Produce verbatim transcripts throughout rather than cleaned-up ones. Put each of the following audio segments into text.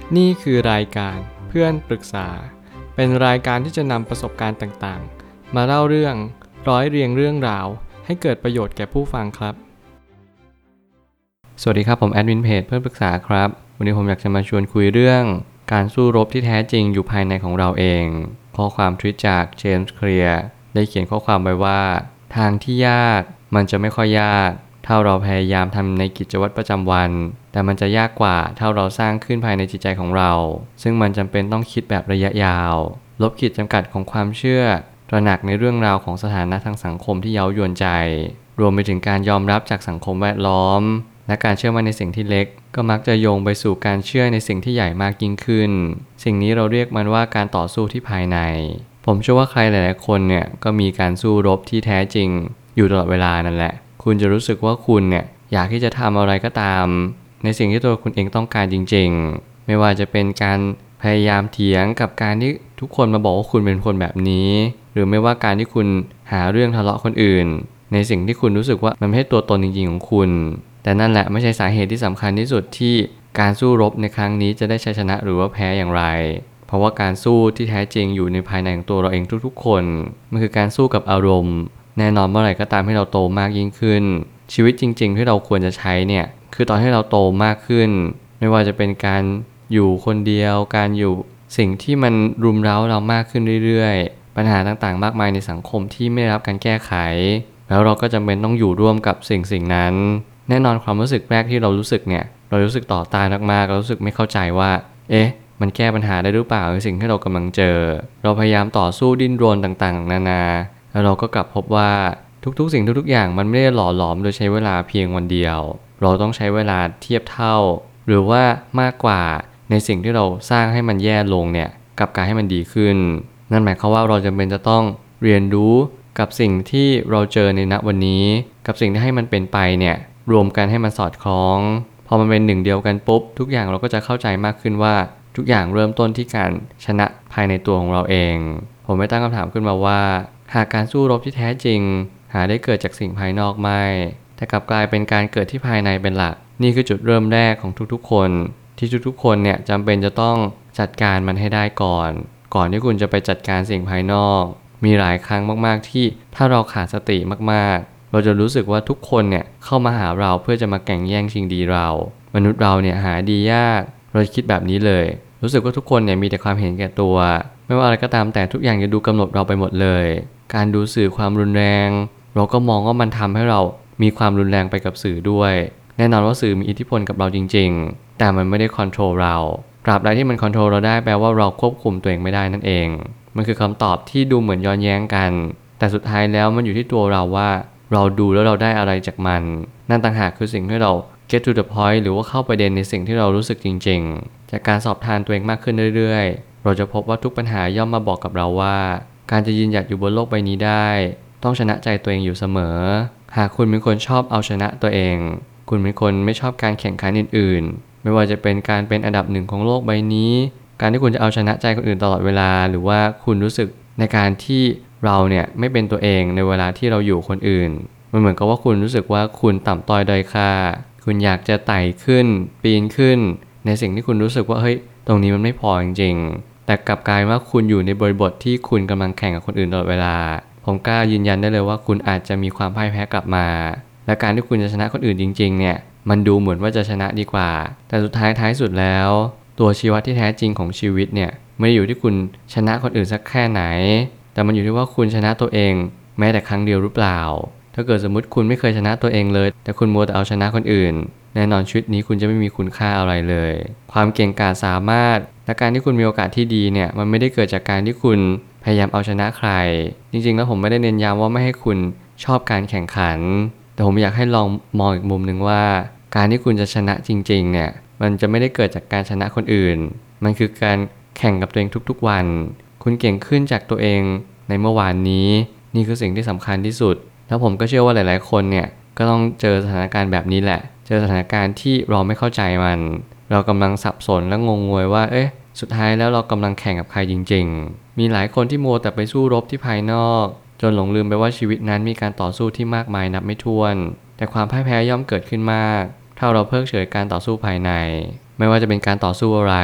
นี่คือรายการเพื่อนปรึกษาเป็นรายการที่จะนำประสบการณ์ต่างๆมาเล่าเรื่องร้อยเรียงเรื่องราวให้เกิดประโยชน์แก่ผู้ฟังครับสวัสดีครับผมแอดมินเพจเพื่อนปรึกษาครับวันนี้ผมอยากจะมาชวนคุยเรื่องการสู้รบที่แท้จริงอยู่ภายในของเราเองข้อความทวิตจากเจมส์เคลียร์ได้เขียนข้อความไว้ว่าทางที่ยากมันจะไม่ค่อยยากถ้าเราพยายามทำในกิจวัตรประจำวันแต่มันจะยากกว่าถ้าเราสร้างขึ้นภายในจิตใจของเราซึ่งมันจำเป็นต้องคิดแบบระยะยาวลบขีดจำกัดของความเชื่อตระหนักในเรื่องราวของสถานะทางสังคมที่เย้ายวนใจรวมไปถึงการยอมรับจากสังคมแวดล้อมและการเชื่อมั่นในสิ่งที่เล็กก็มักจะโยงไปสู่การเชื่อในสิ่งที่ใหญ่มากยิ่งขึ้นสิ่งนี้เราเรียกมันว่าการต่อสู้ที่ภายในผมเชื่อว่าใครหลายๆคนเนี่ยก็มีการสู้รบที่แท้จริงอยู่ตลอดเวลานั่นแหละคุณจะรู้สึกว่าคุณเนี่ยอยากที่จะทำอะไรก็ตามในสิ่งที่ตัวคุณเองต้องการจริงๆไม่ว่าจะเป็นการพยายามเถียงกับการที่ทุกคนมาบอกว่าคุณเป็นคนแบบนี้หรือไม่ว่าการที่คุณหาเรื่องทะเลาะคนอื่นในสิ่งที่คุณรู้สึกว่ามันไม่ใช่ตัวตนจริงๆของคุณแต่นั่นแหละไม่ใช่สาเหตุที่สำคัญที่สุดที่การสู้รบในครั้งนี้จะได้ชัยชนะหรือว่าแพ้อย่างไรเพราะว่าการสู้ที่แท้จริงอยู่ในภายในของตัวเราเองทุกๆคนมันคือการสู้กับอารมณ์แน่นอนเมื่อไหร่ก็ตามให้เราโตมากยิ่งขึ้นชีวิตจริงๆที่เราควรจะใช้เนี่ยคือตอนที่เราโตมากขึ้นไม่ว่าจะเป็นการอยู่คนเดียวการอยู่สิ่งที่มันรุมเร้าเรามากขึ้นเรื่อยๆปัญหาต่างๆมากมายในสังคมที่ไม่ได้รับการแก้ไขแล้วเราก็จำเป็นต้องอยู่ร่วมกับสิ่งสิ่งนั้นแน่นอนความรู้สึกแรกที่เรารู้สึกเนี่ยเรารู้สึกต่อต้านมากๆเรารู้สึกไม่เข้าใจว่าเอ๊ะมันแก้ปัญหาได้หรือเปล่าในสิ่งที่เรากำลังเจอเราพยายามต่อสู้ดิ้นรนต่างๆนานาแล้วเราก็กลับพบว่าทุกๆสิ่งทุกๆอย่างมันไม่ได้หล่อหลอมโดยใช้เวลาเพียงวันเดียวเราต้องใช้เวลาเทียบเท่าหรือว่ามากกว่าในสิ่งที่เราสร้างให้มันแย่ลงเนี่ยกับการให้มันดีขึ้นนั่นหมายความว่าเราจำเป็นจะต้องเรียนรู้กับสิ่งที่เราเจอในณวันนี้กับสิ่งที่ให้มันเป็นไปเนี่ยรวมกันให้มันสอดคล้องพอมันเป็นหนึ่งเดียวกันปุ๊บทุกอย่างเราก็จะเข้าใจมากขึ้นว่าทุกอย่างเริ่มต้นที่การชนะภายในตัวของเราเองผมไม่ตั้งคำถามขึ้นมาว่าหากการสู้รบที่แท้จริงหาได้เกิดจากสิ่งภายนอกไม่แต่กลับกลายเป็นการเกิดที่ภายในเป็นหลักนี่คือจุดเริ่มแรกของทุกๆคนที่ทุกๆคนเนี่ยจำเป็นจะต้องจัดการมันให้ได้ก่อนก่อนที่คุณจะไปจัดการสิ่งภายนอกมีหลายครั้งมากๆที่ถ้าเราขาดสติมากๆเราจะรู้สึกว่าทุกคนเนี่ยเข้ามาหาเราเพื่อจะมาแข่งแย่งชิงดีเรามนุษย์เราเนี่ยหาดียากเราคิดแบบนี้เลยรู้สึกว่าทุกคนเนี่ยมีแต่ความเห็นแก่ตัวไม่ว่าอะไรก็ตามแต่ทุกอย่างจะดูกำหนดเราไปหมดเลยการดูสื่อความรุนแรงเราก็มองว่ามันทำให้เรามีความรุนแรงไปกับสื่อด้วยแน่นอนว่าสื่อมีอิทธิพลกับเราจริงๆแต่มันไม่ได้คอนโทรลเราตราบใดที่มันคอนโทรลเราได้แปลว่าเราควบคุมตัวเองไม่ได้นั่นเองมันคือคำตอบที่ดูเหมือนย้อนแย้งกันแต่สุดท้ายแล้วมันอยู่ที่ตัวเราว่าเราดูแล้วเราได้อะไรจากมันนั่นต่างหากคือสิ่งที่เรา get to the point หรือว่าเข้าประเด็นในสิ่งที่เรารู้สึกจริงๆจากการสอบทานตัวเองมากขึ้นเรื่อยๆเราจะพบว่าทุกปัญหาย่อมมาบอกกับเราว่าการจะยืนหยัดอยู่บนโลกใบนี้ได้ต้องชนะใจตัวเองอยู่เสมอหากคุณเป็นคนชอบเอาชนะตัวเองคุณเป็นคนไม่ชอบการแข่งขันอื่นๆไม่ว่าจะเป็นการเป็นอันดับหนึ่งของโลกใบนี้การที่คุณจะเอาชนะใจคนอื่นตลอดเวลาหรือว่าคุณรู้สึกในการที่เราเนี่ยไม่เป็นตัวเองในเวลาที่เราอยู่คนอื่นมันเหมือนกับว่าคุณรู้สึกว่าคุณต่ำต้อยด้อยค่าคุณอยากจะไต่ขึ้นปีนขึ้นในสิ่งที่คุณรู้สึกว่าเฮ้ยตรงนี้มันไม่พอจริงๆแต่กลับกลายว่าคุณอยู่ในบริบทที่คุณกำลังแข่งกับคนอื่นตลอดเวลาผมกล้ายืนยันได้เลยว่าคุณอาจจะมีความพ่ายแพ้กลับมาและการที่คุณจะชนะคนอื่นจริงๆเนี่ยมันดูเหมือนว่าจะชนะดีกว่าแต่สุดท้ายท้ายสุดแล้วตัวชีวิตที่แท้จริงของชีวิตเนี่ยไม่ได้อยู่ที่คุณชนะคนอื่นสักแค่ไหนแต่มันอยู่ที่ว่าคุณชนะตัวเองแม้แต่ครั้งเดียวหรือเปล่าถ้าเกิดสมมติคุณไม่เคยชนะตัวเองเลยแต่คุณมัวแต่เอาชนะคนอื่นแน่นอนชีวิตนี้คุณจะไม่มีคุณค่าอะไรเลยความเก่งกาจสามารถและการที่คุณมีโอกาสที่ดีเนี่ยมันไม่ได้เกิดจากการที่คุณพยายามเอาชนะใครจริงๆแล้วผมไม่ได้เน้นย้ำว่าไม่ให้คุณชอบการแข่งขันแต่ผมอยากให้ลองมองอีกมุมนึงว่าการที่คุณจะชนะจริงๆเนี่ยมันจะไม่ได้เกิดจากการชนะคนอื่นมันคือการแข่งกับตัวเองทุกๆวันคุณเก่งขึ้นจากตัวเองในเมื่อวานนี้นี่คือสิ่งที่สำคัญที่สุดแล้วผมก็เชื่อว่าหลายๆคนเนี่ยก็ต้องเจอสถานการณ์แบบนี้แหละเจอสถานการณ์ที่เราไม่เข้าใจมันเรากำลังสับสนและงงงวยว่าเอ๊ะสุดท้ายแล้วเรากำลังแข่งกับใครจริงๆมีหลายคนที่มัวแต่ไปสู้รบที่ภายนอกจนหลงลืมไปว่าชีวิตนั้นมีการต่อสู้ที่มากมายนับไม่ถ้วนแต่ความพ่ายแพ้ย่อมเกิดขึ้นมากถ้าเราเพิกเฉยการต่อสู้ภายในไม่ว่าจะเป็นการต่อสู้อะไร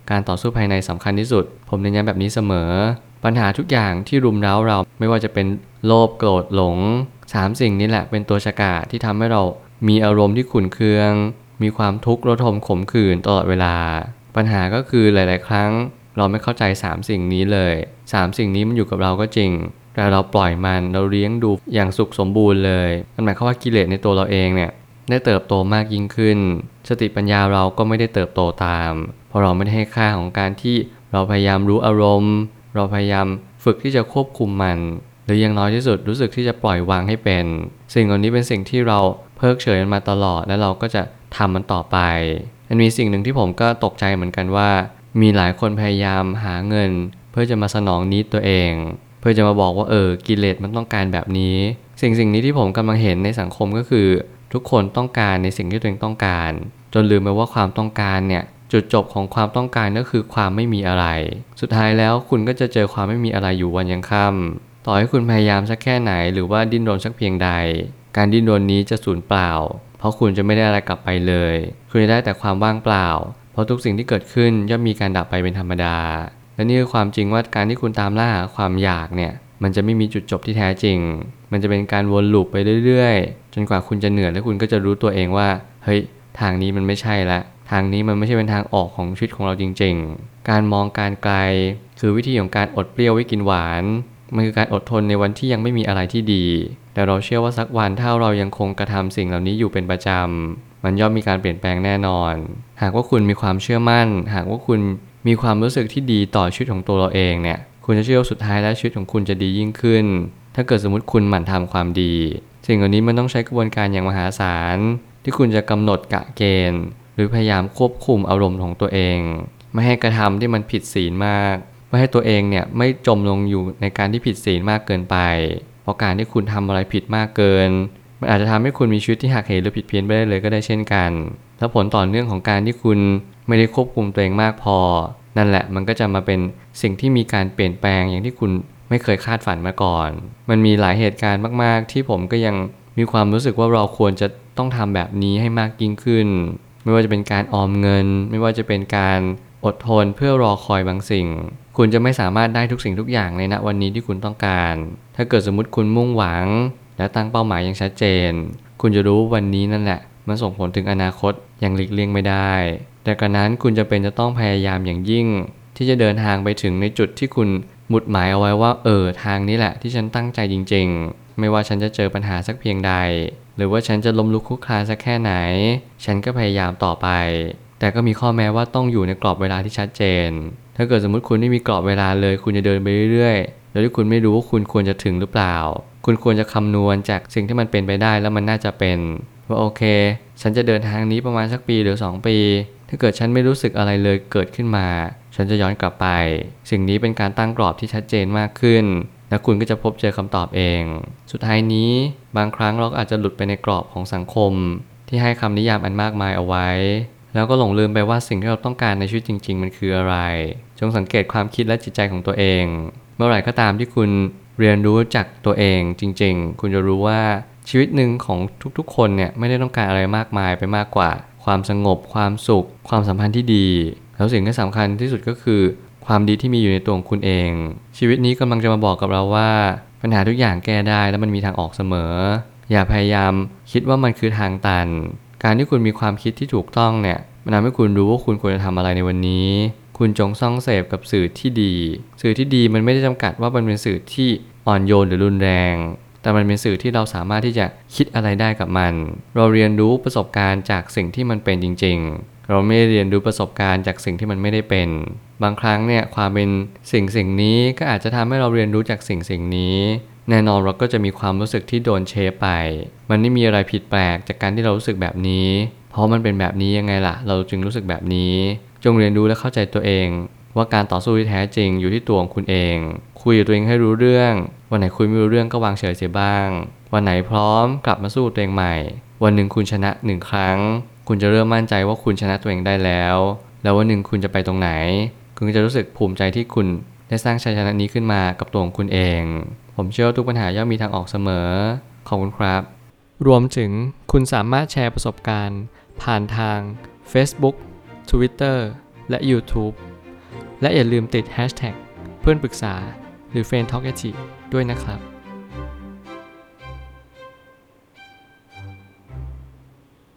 การต่อสู้ภายในสำคัญที่สุดผมเน้นย้ำแบบนี้เสมอปัญหาทุกอย่างที่รุมเร้าเราไม่ว่าจะเป็นโลภโกรธหลงสามสิ่งนี้แหละเป็นตัวฉกาจที่ทำให้เรามีอารมณ์ที่ขุ่นเคืองมีความทุกข์ระทมขมขื่นตลอดเวลาปัญหาก็คือหลายๆครั้งเราไม่เข้าใจสามสิ่งนี้เลยสามสิ่งนี้มันอยู่กับเราก็จริงแต่เราปล่อยมันเราเลี้ยงดูอย่างสุขสมบูรณ์เลยมันหมายความว่ากิเลสในตัวเราเองเนี่ยได้เติบโตมากยิ่งขึ้นสติปัญญาเราก็ไม่ได้เติบโตตามเพราะเราไม่ได้ให้ค่าของการที่เราพยายามรู้อารมณ์เราพยายามฝึกที่จะควบคุมมันหรืออย่างน้อยที่สุดรู้สึกที่จะปล่อยวางให้เป็นสิ่งเหล่านี้เป็นสิ่งที่เราเพิกเฉยมันมาตลอดและเราก็จะทำมันต่อไปมันมีสิ่งหนึ่งที่ผมก็ตกใจเหมือนกันว่ามีหลายคนพยายามหาเงินเพื่อจะมาสนองนิดตัวเองเพื่อจะมาบอกว่าเออกิเลสมันต้องการแบบนี้สิ่งสิ่งนี้ที่ผมกำลังเห็นในสังคมก็คือทุกคนต้องการในสิ่งที่ตัวเองต้องการจนลืมไปว่าความต้องการเนี่ยจุดจบของความต้องการก็คือความไม่มีอะไรสุดท้ายแล้วคุณก็จะเจอความไม่มีอะไรอยู่วันยังค่ำต่อให้คุณพยายามสักแค่ไหนหรือว่าดิ้นรนสักเพียงใดการดิ้นรนนี้จะสูญเปล่าเพราะคุณจะไม่ได้อะไรกลับไปเลยคุณจะได้แต่ความว่างเปล่าเพราะทุกสิ่งที่เกิดขึ้นย่อมมีการดับไปเป็นธรรมดาและนี่คือความจริงว่าการที่คุณตามล่าหาความอยากเนี่ยมันจะไม่มีจุดจบที่แท้จริงมันจะเป็นการวนลูปไปเรื่อยๆจนกว่าคุณจะเหนื่อยและคุณก็จะรู้ตัวเองว่าเฮ้ยทางนี้มันไม่ใช่ละทางนี้มันไม่ใช่เป็นทางออกของชีวิตของเราจริงๆการมองการไกลคือวิธีของการอดเปรี้ยวไว้กินหวานมันคือการอดทนในวันที่ยังไม่มีอะไรที่ดีแต่เราเชื่อว่าสักวันถ้าเรายังคงกระทำสิ่งเหล่านี้อยู่เป็นประจำมันย่อมมีการเปลี่ยนแปลงแน่นอนหากว่าคุณมีความเชื่อมั่นหากว่าคุณมีความรู้สึกที่ดีต่อชีวิตของตัวเราเองเนี่ยคุณจะเชื่อว่าสุดท้ายแล้วชีวิตของคุณจะดียิ่งขึ้นถ้าเกิดสมมติคุณหมั่นทำความดีสิ่งเหล่านี้มันต้องใช้กระบวนการอย่างมหาศาลที่คุณจะกำหนดกะเกณฑ์หรือพยายามควบคุมอารมณ์ของตัวเองไม่ให้กระทำที่มันผิดศีลมากไม่ให้ตัวเองเนี่ยไม่จมลงอยู่ในการที่ผิดศีลมากเกินไปเพราะการที่คุณทำอะไรผิดมากเกินมันอาจจะทำให้คุณมีชีวิตที่หักเหหรือผิดเพี้ยนไปได้เลยก็ได้เช่นกันและผลต่อเนื่องของการที่คุณไม่ได้ควบคุมตัวเองมากพอนั่นแหละมันก็จะมาเป็นสิ่งที่มีการเปลี่ยนแปลงอย่างที่คุณไม่เคยคาดฝันมาก่อนมันมีหลายเหตุการณ์มากๆที่ผมก็ยังมีความรู้สึกว่าเราควรจะต้องทำแบบนี้ให้มากยิ่งขึ้นไม่ว่าจะเป็นการออมเงินไม่ว่าจะเป็นการอดทนเพื่อรอคอยบางสิ่งคุณจะไม่สามารถได้ทุกสิ่งทุกอย่างในณวันนี้ที่คุณต้องการถ้าเกิดสมมุติคุณมุ่งหวังและตั้งเป้าหมายอย่างชัดเจนคุณจะรู้วันนี้นั่นแหละมันส่งผลถึงอนาคตอย่างหลีกเลี่ยงไม่ได้แต่กระนั้นคุณจะเป็นจะต้องพยายามอย่างยิ่งที่จะเดินทางไปถึงในจุดที่คุณหมุดหมายเอาไว้ว่าเออทางนี้แหละที่ฉันตั้งใจจริงๆไม่ว่าฉันจะเจอปัญหาสักเพียงใดหรือว่าฉันจะล้มลุกคลุกคลานสักแค่ไหนฉันก็พยายามต่อไปแต่ก็มีข้อแม้ว่าต้องอยู่ในกรอบเวลาที่ชัดเจนถ้าเกิดสมมุติคุณไม่มีกรอบเวลาเลยคุณจะเดินไปเรื่อยๆโดยที่คุณไม่รู้ว่าคุณควรจะถึงหรือเปล่าคุณควรจะคำนวณจากสิ่งที่มันเป็นไปได้แล้วมันน่าจะเป็นว่าโอเคฉันจะเดินทางนี้ประมาณสักปีหรือสองปีถ้าเกิดฉันไม่รู้สึกอะไรเลยเกิดขึ้นมาฉันจะย้อนกลับไปสิ่งนี้เป็นการตั้งกรอบที่ชัดเจนมากขึ้นและคุณก็จะพบเจอคำตอบเองสุดท้ายนี้บางครั้งเราอาจจะหลุดไปในกรอบของสังคมที่ให้คำนิยามอันมากมายเอาไว้แล้วก็หลงลืมไปว่าสิ่งที่เราต้องการในชีวิตจริงๆมันคืออะไรจงสังเกตความคิดและจิตใจของตัวเองเมื่อไหร่ก็ตามที่คุณเรียนรู้จากตัวเองจริงๆคุณจะรู้ว่าชีวิตหนึ่งของทุกๆคนเนี่ยไม่ได้ต้องการอะไรมากมายไปมากกว่าความสงบความสุขความสัมพันธ์ที่ดีแล้วสิ่งที่สำคัญที่สุดก็คือความดีที่มีอยู่ในตัวของคุณเองชีวิตนี้กำลังจะมาบอกกับเราว่าปัญหาทุกอย่างแก้ได้และมันมีทางออกเสมออย่าพยายามคิดว่ามันคือทางตันการที่คุณมีความคิดที่ถูกต้องเนี่ยมันทำให้คุณรู้ว่าคุณควรจะทำอะไรในวันนี้คุณจงส่องเสพกับสื่อที่ดีสื่อที่ดีมันไม่ได้จำกัดว่ามันเป็นสื่อที่อ่อนโยนหรือรุนแรงแต่มันเป็นสื่อที่เราสามารถที่จะคิดอะไรได้กับมันเราเรียนรู้ประสบการณ์จากสิ่งที่มันเป็นจริงๆเราไม่ได้เรียนรู้ประสบการณ์จากสิ่งที่มันไม่ได้เป็นบางครั้งเนี่ยความเป็นสิ่งสิ่งนี้ก็อาจจะทำให้เราเรียนรู้จากสิ่งสิ่งนี้แน่นอนเราก็จะมีความรู้สึกที่โดนเชฟไปมันไม่มีอะไรผิดแปลกจากการที่เรารู้สึกแบบนี้เพราะมันเป็นแบบนี้ยังไงล่ะเราจึงรู้สึกแบบนี้จงเรียนรู้และเข้าใจตัวเองว่าการต่อสู้ที่แท้จริงอยู่ที่ตัวของคุณเองคุยกับตัวเองให้รู้เรื่องวันไหนคุยไม่รู้เรื่องก็วางเฉยเสียบ้างวันไหนพร้อมกลับมาสู้ตัวเองใหม่วันหนึ่งคุณชนะหนึ่งครั้งคุณจะเริ่มมั่นใจว่าคุณชนะตัวเองได้แล้วแล้ววันหนึ่งคุณจะไปตรงไหนคุณจะรู้สึกภูมิใจที่คุณได้สร้างชัยชนะนี้ขึ้นมากับตัวของคุณเองผมเชื่อว่าทุกปัญหาย่อมมีทางออกเสมอขอบคุณครับรวมถึงคุณสามารถแชร์ประสบการณ์ผ่านทาง Facebook Twitter และ YouTube และอย่าลืมติด แฮชแท็ก เพื่อนปรึกษาหรือ เฟรนด์ ทอล์ก แอท จี ด้วยนะครับ